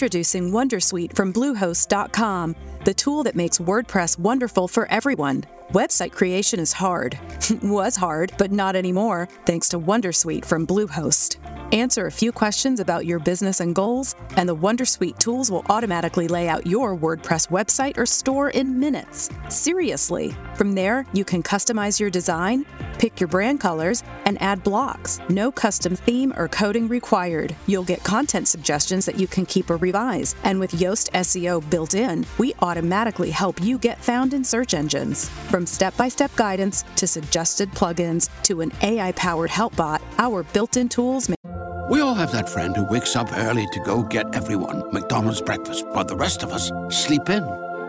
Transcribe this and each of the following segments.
Introducing Wondersuite from Bluehost.com, the tool that makes WordPress wonderful for everyone. Website creation is hard. Was hard, but not anymore, thanks to Wondersuite from Bluehost. Answer a few questions about your business and goals, and the Wondersuite tools will automatically lay out your WordPress website or store in minutes. Seriously. From there, you can customize your design, pick your brand colors, and add blocks. No custom theme or coding required. You'll get content suggestions that you can keep or revise. And with Yoast SEO built in, we automatically help you get found in search engines. From step-by-step guidance to suggested plugins to an AI-powered help bot, our built-in tools make... We all have that friend who wakes up early to go get everyone McDonald's breakfast, while the rest of us sleep in.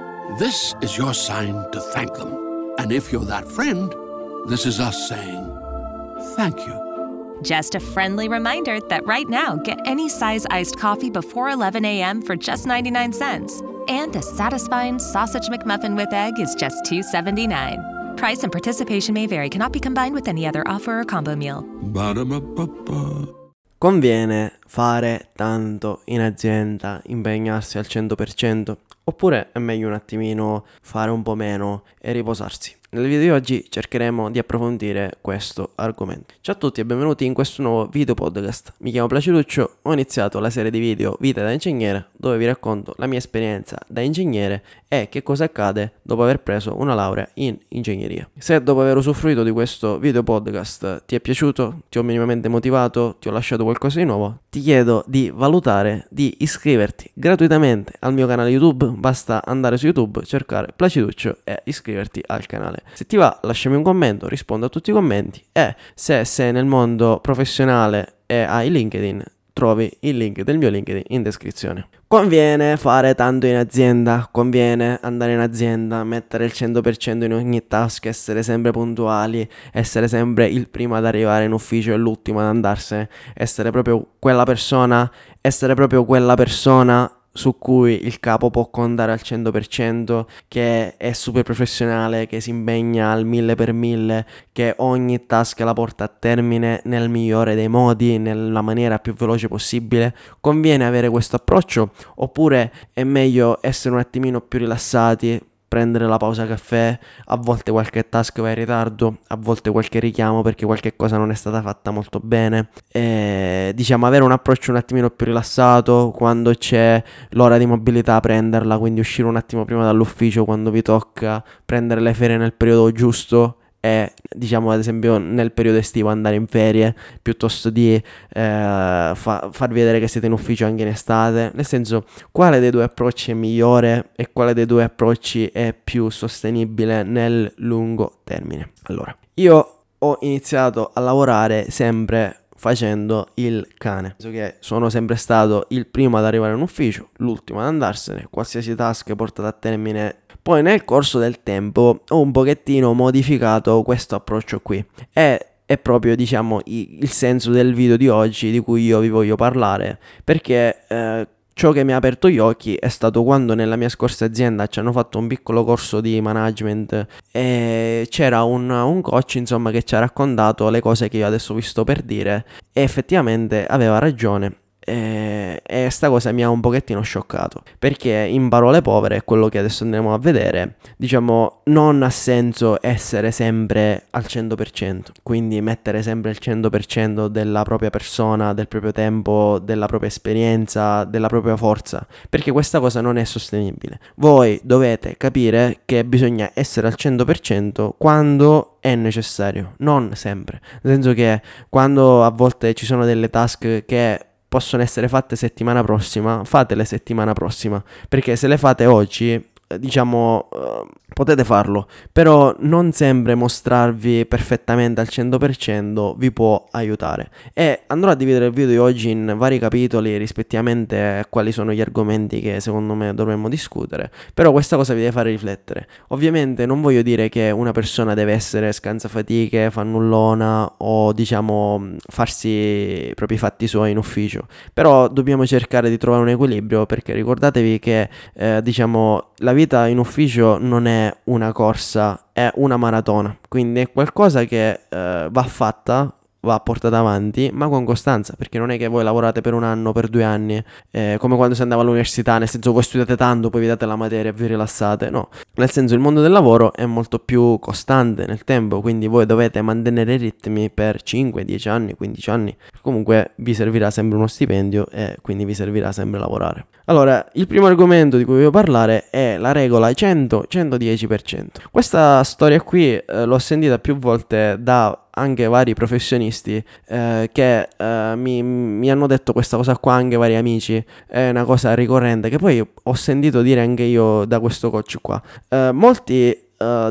This is your sign to thank them. And if you're that friend, this is us saying thank you. Just a friendly reminder that right now, get any size iced coffee before 11 a.m. for just 99 cents. And a satisfying sausage McMuffin with egg is just $2.79. Price and participation may vary. Cannot be combined with any other offer or combo meal. Ba-da-ba-ba-ba. Conviene fare tanto in azienda, impegnarsi al 100%, oppure è meglio un attimino fare un po' meno e riposarsi? Nel video di oggi cercheremo di approfondire questo argomento. Ciao a tutti e benvenuti in questo nuovo video podcast. Mi chiamo Placiduccio, ho iniziato la serie di video Vita da ingegnere, dove vi racconto la mia esperienza da ingegnere e che cosa accade dopo aver preso una laurea in ingegneria. Se dopo aver usufruito di questo video podcast ti è piaciuto, ti ho minimamente motivato, ti ho lasciato qualcosa di nuovo, ti chiedo di valutare di iscriverti gratuitamente al mio canale YouTube. Basta andare su YouTube, cercare Placiduccio e iscriverti al canale. Se ti va, lasciami un commento, rispondo a tutti i commenti e se sei nel mondo professionale e hai LinkedIn, trovi il link del mio LinkedIn in descrizione. Conviene fare tanto in azienda, conviene andare in azienda, mettere il 100% in ogni task, essere sempre puntuali, essere sempre il primo ad arrivare in ufficio e l'ultimo ad andarsene, essere proprio quella persona su cui il capo può contare al 100%, che è super professionale, che si impegna al 1000%, che ogni task la porta a termine nel migliore dei modi, nella maniera più veloce possibile. Conviene avere questo approccio, oppure è meglio essere un attimino più rilassati, prendere la pausa caffè, a volte qualche task va in ritardo, a volte qualche richiamo perché qualche cosa non è stata fatta molto bene, e, avere un approccio un attimino più rilassato, quando c'è l'ora di mobilità prenderla, quindi uscire un attimo prima dall'ufficio quando vi tocca, prendere le ferie nel periodo giusto e ad esempio nel periodo estivo andare in ferie piuttosto di farvi vedere che siete in ufficio anche in estate. Nel senso, quale dei due approcci è migliore e quale dei due approcci è più sostenibile nel lungo termine? Allora, io ho iniziato a lavorare sempre facendo il cane, penso che sono sempre stato il primo ad arrivare in ufficio, l'ultimo ad andarsene, qualsiasi task portata a termine. Poi nel corso del tempo ho un pochettino modificato questo approccio qui e è proprio il senso del video di oggi di cui io vi voglio parlare, perché ciò che mi ha aperto gli occhi è stato quando nella mia scorsa azienda ci hanno fatto un piccolo corso di management e c'era un coach che ci ha raccontato le cose che io adesso vi sto per dire e effettivamente aveva ragione. E sta cosa mi ha un pochettino scioccato, perché in parole povere, quello che adesso andremo a vedere, non ha senso essere sempre al 100%, quindi mettere sempre il 100% della propria persona, del proprio tempo, della propria esperienza, della propria forza, perché questa cosa non è sostenibile. Voi dovete capire che bisogna essere al 100% quando è necessario, non sempre, nel senso che quando a volte ci sono delle task che possono essere fatte settimana prossima, fatele settimana prossima, perché se le fate oggi, potete farlo, però non sempre mostrarvi perfettamente al 100% vi può aiutare. E andrò a dividere il video di oggi in vari capitoli rispettivamente a quali sono gli argomenti che secondo me dovremmo discutere, però questa cosa vi deve fare riflettere. Ovviamente non voglio dire che una persona deve essere scansafatiche, fannullona o farsi i propri fatti suoi in ufficio, però dobbiamo cercare di trovare un equilibrio, perché ricordatevi che la vita in ufficio non è una corsa, è una maratona, quindi è qualcosa che va fatta va portata avanti, ma con costanza, perché non è che voi lavorate per 1 anno, per 2 anni, come quando si andava all'università, nel senso voi studiate tanto, poi vi date la materia e vi rilassate. No, nel senso il mondo del lavoro è molto più costante nel tempo, quindi voi dovete mantenere i ritmi per 5, 10 anni, 15 anni, comunque vi servirà sempre uno stipendio e quindi vi servirà sempre lavorare. Allora, il primo argomento di cui voglio parlare è la regola 100-110%. Questa storia qui l'ho sentita più volte da anche vari professionisti che mi hanno detto questa cosa qua, anche vari amici, è una cosa ricorrente che poi ho sentito dire anche io da questo coach qua. Molti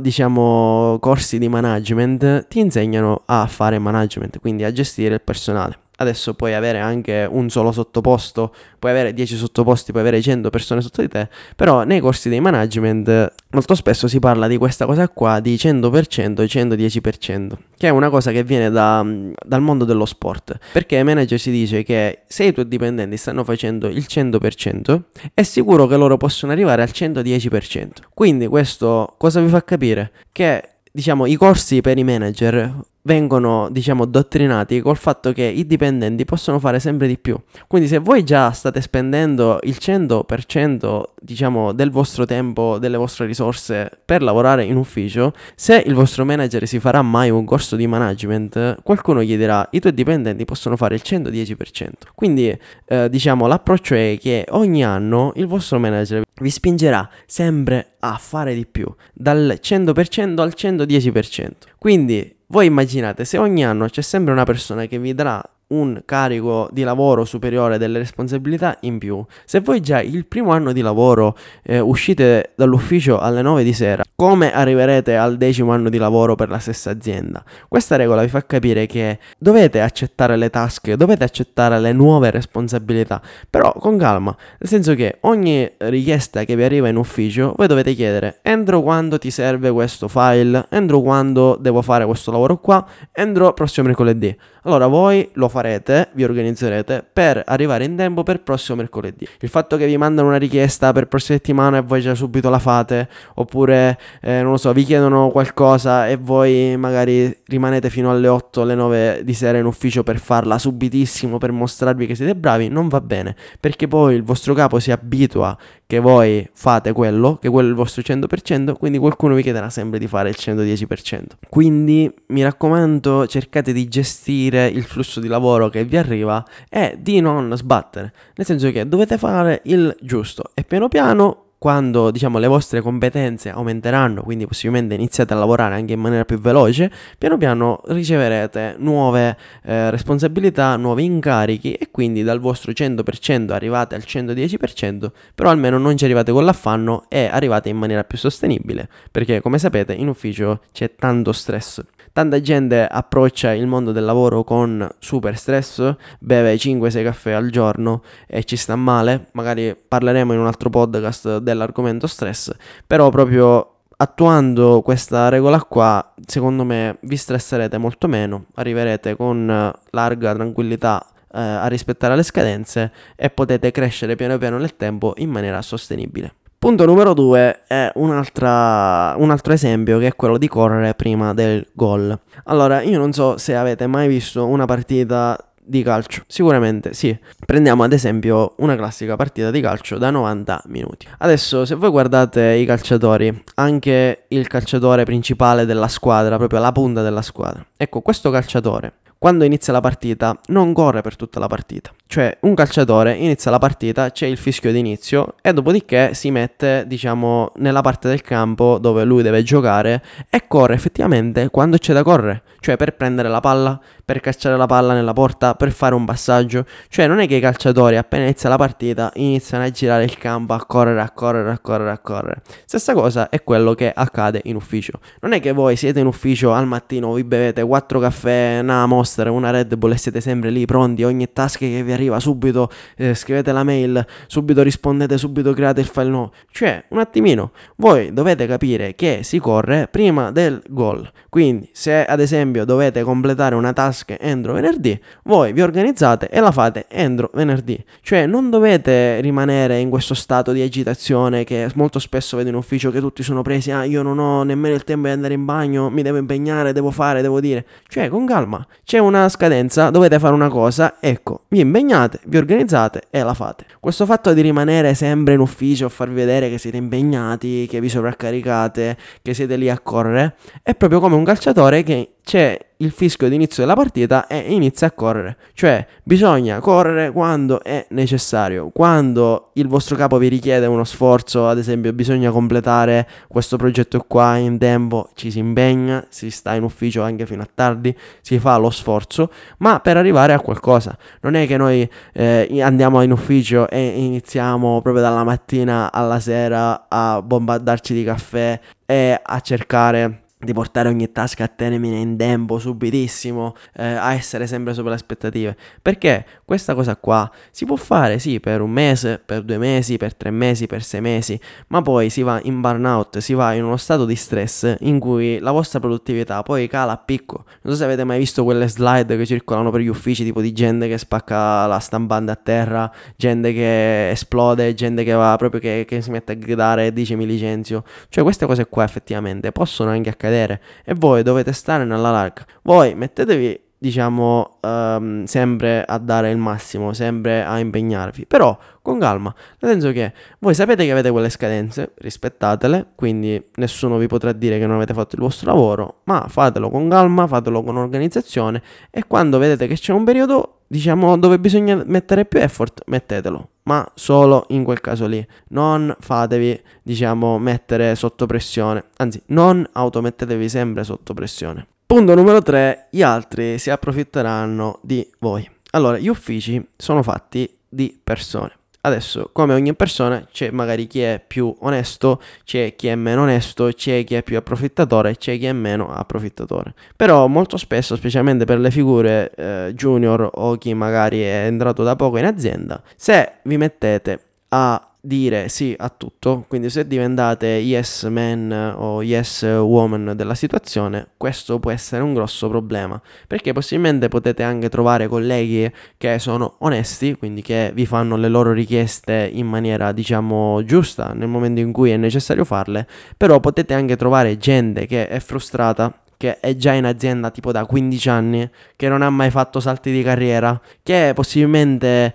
diciamo corsi di management ti insegnano a fare management, quindi a gestire il personale. Adesso puoi avere anche un solo sottoposto, puoi avere 10 sottoposti, puoi avere 100 persone sotto di te, però nei corsi di management molto spesso si parla di questa cosa qua di 100% e 110%, che è una cosa che viene dal mondo dello sport, perché ai manager si dice che se i tuoi dipendenti stanno facendo il 100%, è sicuro che loro possono arrivare al 110%. Quindi questo cosa vi fa capire? Che diciamo i corsi per i manager vengono diciamo dottrinati col fatto che i dipendenti possono fare sempre di più. Quindi se voi già state spendendo il 100% diciamo del vostro tempo, delle vostre risorse per lavorare in ufficio, se il vostro manager si farà mai un corso di management, qualcuno gli dirà i tuoi dipendenti possono fare il 110%. Quindi diciamo l'approccio è che ogni anno il vostro manager vi spingerà sempre a fare di più, dal 100% al 110%. Quindi voi immaginate, se ogni anno c'è sempre una persona che vi darà un carico di lavoro superiore, delle responsabilità in più, se voi già il primo anno di lavoro uscite dall'ufficio alle 9 di sera, come arriverete al 10° anno di lavoro per la stessa azienda? Questa regola vi fa capire che dovete accettare le task, dovete accettare le nuove responsabilità, però con calma, nel senso che ogni richiesta che vi arriva in ufficio voi dovete chiedere entro quando ti serve questo file, entro quando devo fare questo lavoro qua, entro prossimo mercoledì. Allora voi lo farete, vi organizzerete per arrivare in tempo per prossimo mercoledì. Il fatto che vi mandano una richiesta per prossima settimana e voi già subito la fate, oppure non lo so, vi chiedono qualcosa e voi magari rimanete fino alle 8, alle 9 di sera in ufficio per farla subitissimo, per mostrarvi che siete bravi, non va bene, perché poi il vostro capo si abitua che voi fate quello, che quello è il vostro 100%, quindi qualcuno vi chiederà sempre di fare il 110%. Quindi mi raccomando, cercate di gestire il flusso di lavoro che vi arriva e di non sbattere, nel senso che dovete fare il giusto e piano piano, quando diciamo le vostre competenze aumenteranno, quindi possibilmente iniziate a lavorare anche in maniera più veloce, piano piano riceverete nuove responsabilità, nuovi incarichi e quindi dal vostro 100% arrivate al 110%, però almeno non ci arrivate con l'affanno e arrivate in maniera più sostenibile, perché come sapete in ufficio c'è tanto stress. Tanta gente approccia il mondo del lavoro con super stress, beve 5-6 caffè al giorno e ci sta male. Magari parleremo in un altro podcast dell'argomento stress, però proprio attuando questa regola qua, secondo me vi stresserete molto meno, arriverete con larga tranquillità a rispettare le scadenze e potete crescere piano piano nel tempo in maniera sostenibile. Punto numero 2 è un altro esempio, che è quello di correre prima del gol. Allora, io non so se avete mai visto una partita di calcio, sicuramente sì. Prendiamo ad esempio una classica partita di calcio da 90 minuti. Adesso, se voi guardate i calciatori, anche il calciatore principale della squadra, proprio la punta della squadra, ecco, questo calciatore quando inizia la partita non corre per tutta la partita. Cioè un calciatore inizia la partita, c'è il fischio d'inizio e dopodiché si mette diciamo nella parte del campo dove lui deve giocare e corre effettivamente quando c'è da correre, cioè per prendere la palla, per cacciare la palla nella porta, per fare un passaggio. Cioè non è che i calciatori appena inizia la partita iniziano a girare il campo, a correre. Stessa cosa è quello che accade in ufficio. Non è che voi siete in ufficio al mattino, vi bevete 4 caffè, una Monster, una Red Bull e siete sempre lì pronti, ogni task che vi arriva subito, scrivete la mail, subito rispondete, subito create il file nuovo. Cioè, un attimino, voi dovete capire che si corre prima del goal. Quindi, se ad esempio dovete completare una task entro venerdì, voi vi organizzate e la fate entro venerdì. Cioè, non dovete rimanere in questo stato di agitazione che molto spesso vedo in ufficio, che tutti sono presi, io non ho nemmeno il tempo di andare in bagno, mi devo impegnare, devo fare, devo dire. Cioè, con calma, c'è una scadenza, dovete fare una cosa, ecco, vi impegnate, vi organizzate e la fate. Questo fatto di rimanere sempre in ufficio, farvi vedere che siete impegnati, che vi sovraccaricate, che siete lì a correre, è proprio come un calciatore che c'è il fischio d'inizio della partita e inizia a correre. Cioè, bisogna correre quando è necessario. Quando il vostro capo vi richiede uno sforzo, ad esempio bisogna completare questo progetto qua in tempo, ci si impegna, si sta in ufficio anche fino a tardi, si fa lo sforzo, ma per arrivare a qualcosa. Non è che noi andiamo in ufficio e iniziamo proprio dalla mattina alla sera a bombardarci di caffè e a cercare di portare ogni task a termine in tempo, subitissimo, a essere sempre sopra le aspettative. Perché questa cosa qua si può fare sì per un mese, per 2 mesi, per 3 mesi, per 6 mesi, ma poi si va in burnout, si va in uno stato di stress in cui la vostra produttività poi cala a picco. Non so se avete mai visto quelle slide che circolano per gli uffici, tipo di gente che spacca la stampante a terra, gente che esplode, gente che va proprio che si mette a gridare e dice mi licenzio. Cioè queste cose qua effettivamente possono anche accadere e voi dovete stare nella larga. Voi mettetevi, diciamo, sempre a dare il massimo, sempre a impegnarvi, però con calma, nel senso che voi sapete che avete quelle scadenze, rispettatele, quindi nessuno vi potrà dire che non avete fatto il vostro lavoro, ma fatelo con calma, fatelo con organizzazione e quando vedete che c'è un periodo, diciamo, dove bisogna mettere più effort, mettetelo, ma solo in quel caso lì. Non fatevi, diciamo, mettere sotto pressione, anzi, non automettetevi sempre sotto pressione. Punto numero 3, gli altri si approfitteranno di voi. Allora, gli uffici sono fatti di persone. Adesso, come ogni persona, c'è magari chi è più onesto, c'è chi è meno onesto, c'è chi è più approfittatore, c'è chi è meno approfittatore. Però molto spesso, specialmente per le figure junior o chi magari è entrato da poco in azienda, se vi mettete a dire sì a tutto, quindi se diventate yes man o yes woman della situazione, questo può essere un grosso problema, perché possibilmente potete anche trovare colleghi che sono onesti, quindi che vi fanno le loro richieste in maniera, diciamo, giusta nel momento in cui è necessario farle, però potete anche trovare gente che è frustrata, che è già in azienda tipo da 15 anni, che non ha mai fatto salti di carriera, che possibilmente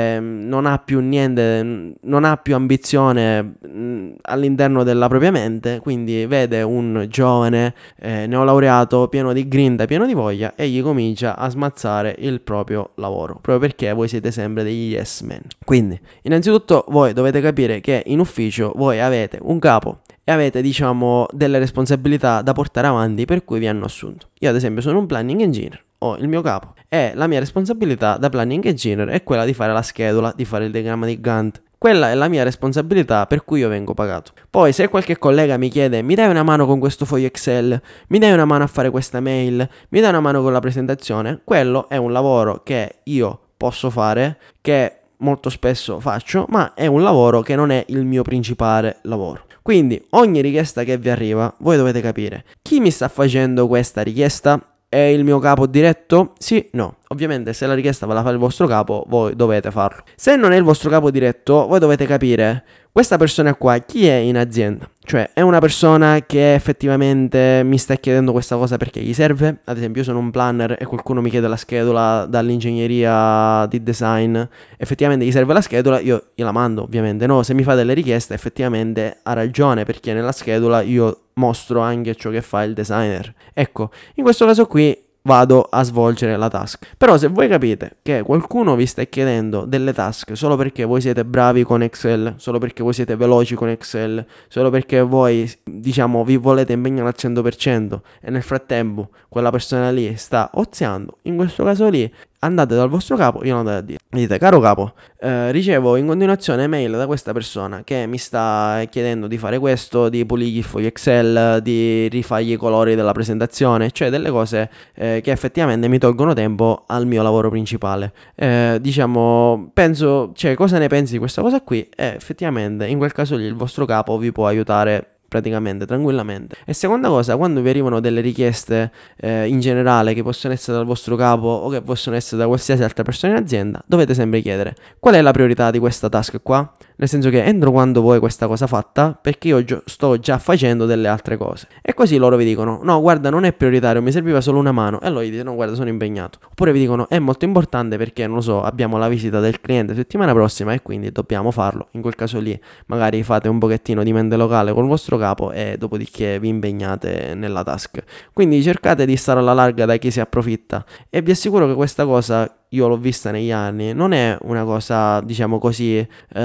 non ha più niente, non ha più ambizione all'interno della propria mente, quindi vede un giovane neolaureato pieno di grinta, pieno di voglia e gli comincia a smazzare il proprio lavoro, proprio perché voi siete sempre degli yes men. Quindi, innanzitutto voi dovete capire che in ufficio voi avete un capo e avete, diciamo, delle responsabilità da portare avanti per cui vi hanno assunto. Io ad esempio sono un planning engineer, ho il mio capo e la mia responsabilità da planning engineer è quella di fare la schedula, di fare il diagramma di Gantt. Quella è la mia responsabilità per cui io vengo pagato. Poi se qualche collega mi chiede mi dai una mano con questo foglio Excel, mi dai una mano a fare questa mail, mi dai una mano con la presentazione, quello è un lavoro che io posso fare, che molto spesso faccio, ma è un lavoro che non è il mio principale lavoro. Quindi ogni richiesta che vi arriva, voi dovete capire chi mi sta facendo questa richiesta. È il mio capo diretto? Sì, no. Ovviamente se la richiesta ve la fa il vostro capo, voi dovete farlo. Se non è il vostro capo diretto, voi dovete capire questa persona qua chi è in azienda. Cioè è una persona che effettivamente mi sta chiedendo questa cosa perché gli serve. Ad esempio io sono un planner e qualcuno mi chiede la schedula dall'ingegneria di design. Effettivamente gli serve la schedula, io gliela mando ovviamente. No, se mi fa delle richieste effettivamente ha ragione, perché nella schedula io mostro anche ciò che fa il designer. Ecco, in questo caso qui vado a svolgere la task. Però se voi capite che qualcuno vi sta chiedendo delle task solo perché voi siete bravi con Excel, solo perché voi siete veloci con Excel, solo perché voi, diciamo, vi volete impegnare al 100% e nel frattempo quella persona lì sta oziando, in questo caso lì andate dal vostro capo, glielo andate a dire. Dite: caro capo, ricevo in continuazione mail da questa persona che mi sta chiedendo di fare questo, di pulire i fogli Excel, di rifargli i colori della presentazione, cioè delle cose che effettivamente mi tolgono tempo al mio lavoro principale. Diciamo, penso, cioè, cosa ne pensi di questa cosa qui? Effettivamente in quel caso lì il vostro capo vi può aiutare praticamente tranquillamente. E seconda cosa, quando vi arrivano delle richieste in generale, che possono essere dal vostro capo o che possono essere da qualsiasi altra persona in azienda, dovete sempre chiedere: qual è la priorità di questa task qua? Nel senso che entro quando vuoi questa cosa fatta, perché io sto già facendo delle altre cose. E così loro vi dicono: no, guarda, non è prioritario, mi serviva solo una mano. E allora gli dite: no, guarda, sono impegnato. Oppure vi dicono: è molto importante perché, non lo so, abbiamo la visita del cliente settimana prossima e quindi dobbiamo farlo. In quel caso lì magari fate un pochettino di mente locale col vostro capo e dopodiché vi impegnate nella task. Quindi cercate di stare alla larga da chi si approfitta, e vi assicuro che questa cosa, io l'ho vista negli anni, non è una cosa, diciamo così,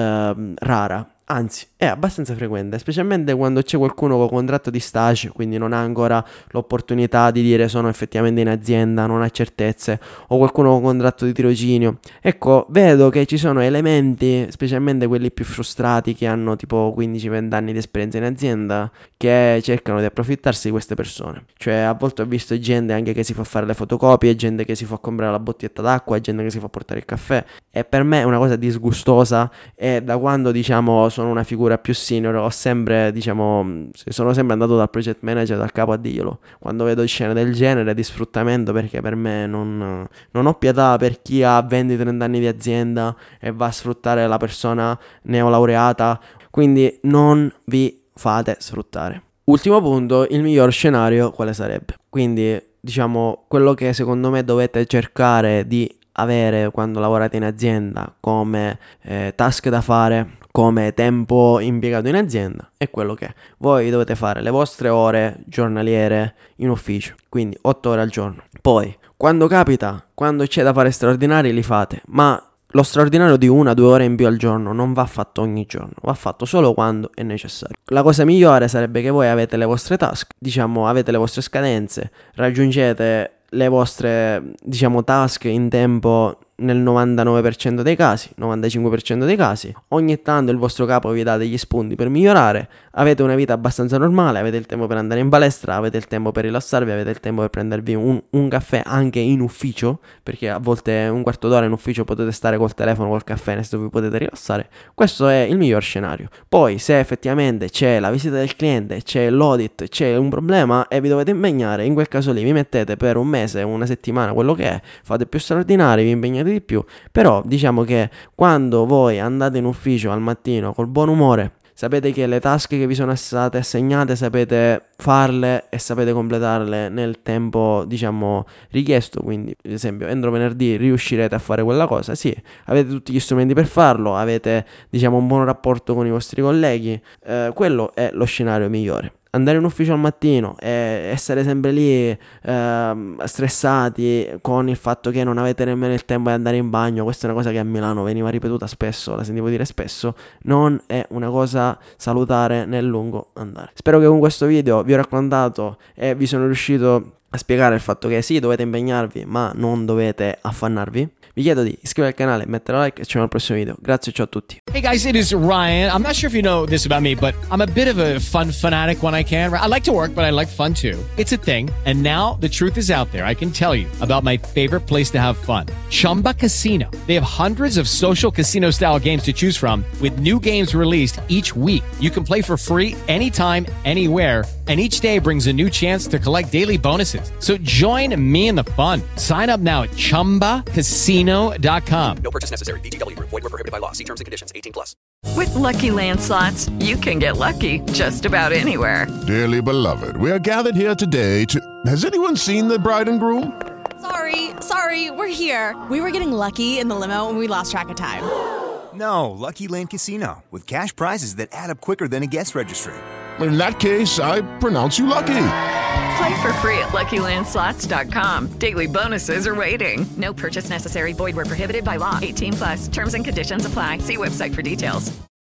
rara. Anzi, è abbastanza frequente, specialmente quando c'è qualcuno con contratto di stage, quindi non ha ancora l'opportunità di dire sono effettivamente in azienda, non ha certezze, o qualcuno con contratto di tirocinio. Ecco, vedo che ci sono elementi, specialmente quelli più frustrati che hanno tipo 15-20 anni di esperienza in azienda, che cercano di approfittarsi di queste persone. Cioè, a volte ho visto gente anche che si fa fare le fotocopie, gente che si fa comprare la bottiglietta d'acqua, gente che si fa portare il caffè, e per me è una cosa disgustosa. E da quando, diciamo, sono una figura più senior, ho sempre, diciamo, sono sempre andato dal project manager, dal capo, a dirglielo quando vedo scene del genere di sfruttamento, perché per me non ho pietà per chi ha 20-30 anni di azienda e va a sfruttare la persona neolaureata. Quindi non vi fate sfruttare. Ultimo punto, il miglior scenario quale sarebbe? Quindi, diciamo, quello che secondo me dovete cercare di avere quando lavorate in azienda come task da fare, come tempo impiegato in azienda, è quello che voi dovete fare le vostre ore giornaliere in ufficio, quindi 8 ore al giorno. Poi, quando capita, quando c'è da fare straordinari, li fate, ma lo straordinario di 1-2 ore in più al giorno non va fatto ogni giorno, va fatto solo quando è necessario. La cosa migliore sarebbe che voi avete le vostre task, diciamo, avete le vostre scadenze, raggiungete le vostre, diciamo, task in tempo nel 99% dei casi, 95% dei casi. Ogni tanto il vostro capo vi dà degli spunti per migliorare, avete una vita abbastanza normale, avete il tempo per andare in palestra, avete il tempo per rilassarvi, avete il tempo per prendervi un caffè anche in ufficio, perché a volte un quarto d'ora in ufficio potete stare col telefono, col caffè, nel senso vi potete rilassare. Questo è il miglior scenario. Poi, se effettivamente c'è la visita del cliente, c'è l'audit, c'è un problema e vi dovete impegnare, in quel caso lì vi mettete per un mese, una settimana, quello che è, fate più straordinari, vi impegnate di più. Però diciamo che quando voi andate in ufficio al mattino col buon umore, sapete che le task che vi sono state assegnate sapete farle e sapete completarle nel tempo, diciamo, richiesto. Quindi, ad esempio, entro venerdì riuscirete a fare quella cosa, sì, avete tutti gli strumenti per farlo, avete, diciamo, un buon rapporto con i vostri colleghi, quello è lo scenario migliore. Andare in ufficio al mattino e essere sempre lì stressati con il fatto che non avete nemmeno il tempo di andare in bagno, questa è una cosa che a Milano veniva ripetuta spesso, la sentivo dire spesso, non è una cosa salutare nel lungo andare. Spero che con questo video vi ho raccontato e vi sono riuscito a spiegare il fatto che sì, dovete impegnarvi, ma non dovete affannarvi. Vi chiedo di iscrivervi al canale, mettere like e ci vediamo al prossimo video. Grazie, ciao a tutti. Hey guys, it is Ryan. I'm not sure if you know this about me, but I'm a bit of a fun fanatic when I can. I like to work, but I like fun too. It's a thing. And now the truth is out there. I can tell you about my favorite place to have fun. Chumba Casino. They have hundreds of social casino style games to choose from with new games released each week. You can play for free anytime, anywhere. And each day brings a new chance to collect daily bonuses. So join me in the fun. Sign up now at ChumbaCasino.com. No purchase necessary. VGW Group. Void where prohibited by law. See terms and conditions. 18+. With Lucky Land Slots, you can get lucky just about anywhere. Dearly beloved, we are gathered here today to... Has anyone seen the bride and groom? Sorry, we're here. We were getting lucky in the limo and we lost track of time. No, Lucky Land Casino, with cash prizes that add up quicker than a guest registry. In that case, I pronounce you lucky. Play for free at LuckyLandSlots.com. Daily bonuses are waiting. No purchase necessary. Void where prohibited by law. 18+. Terms and conditions apply. See website for details.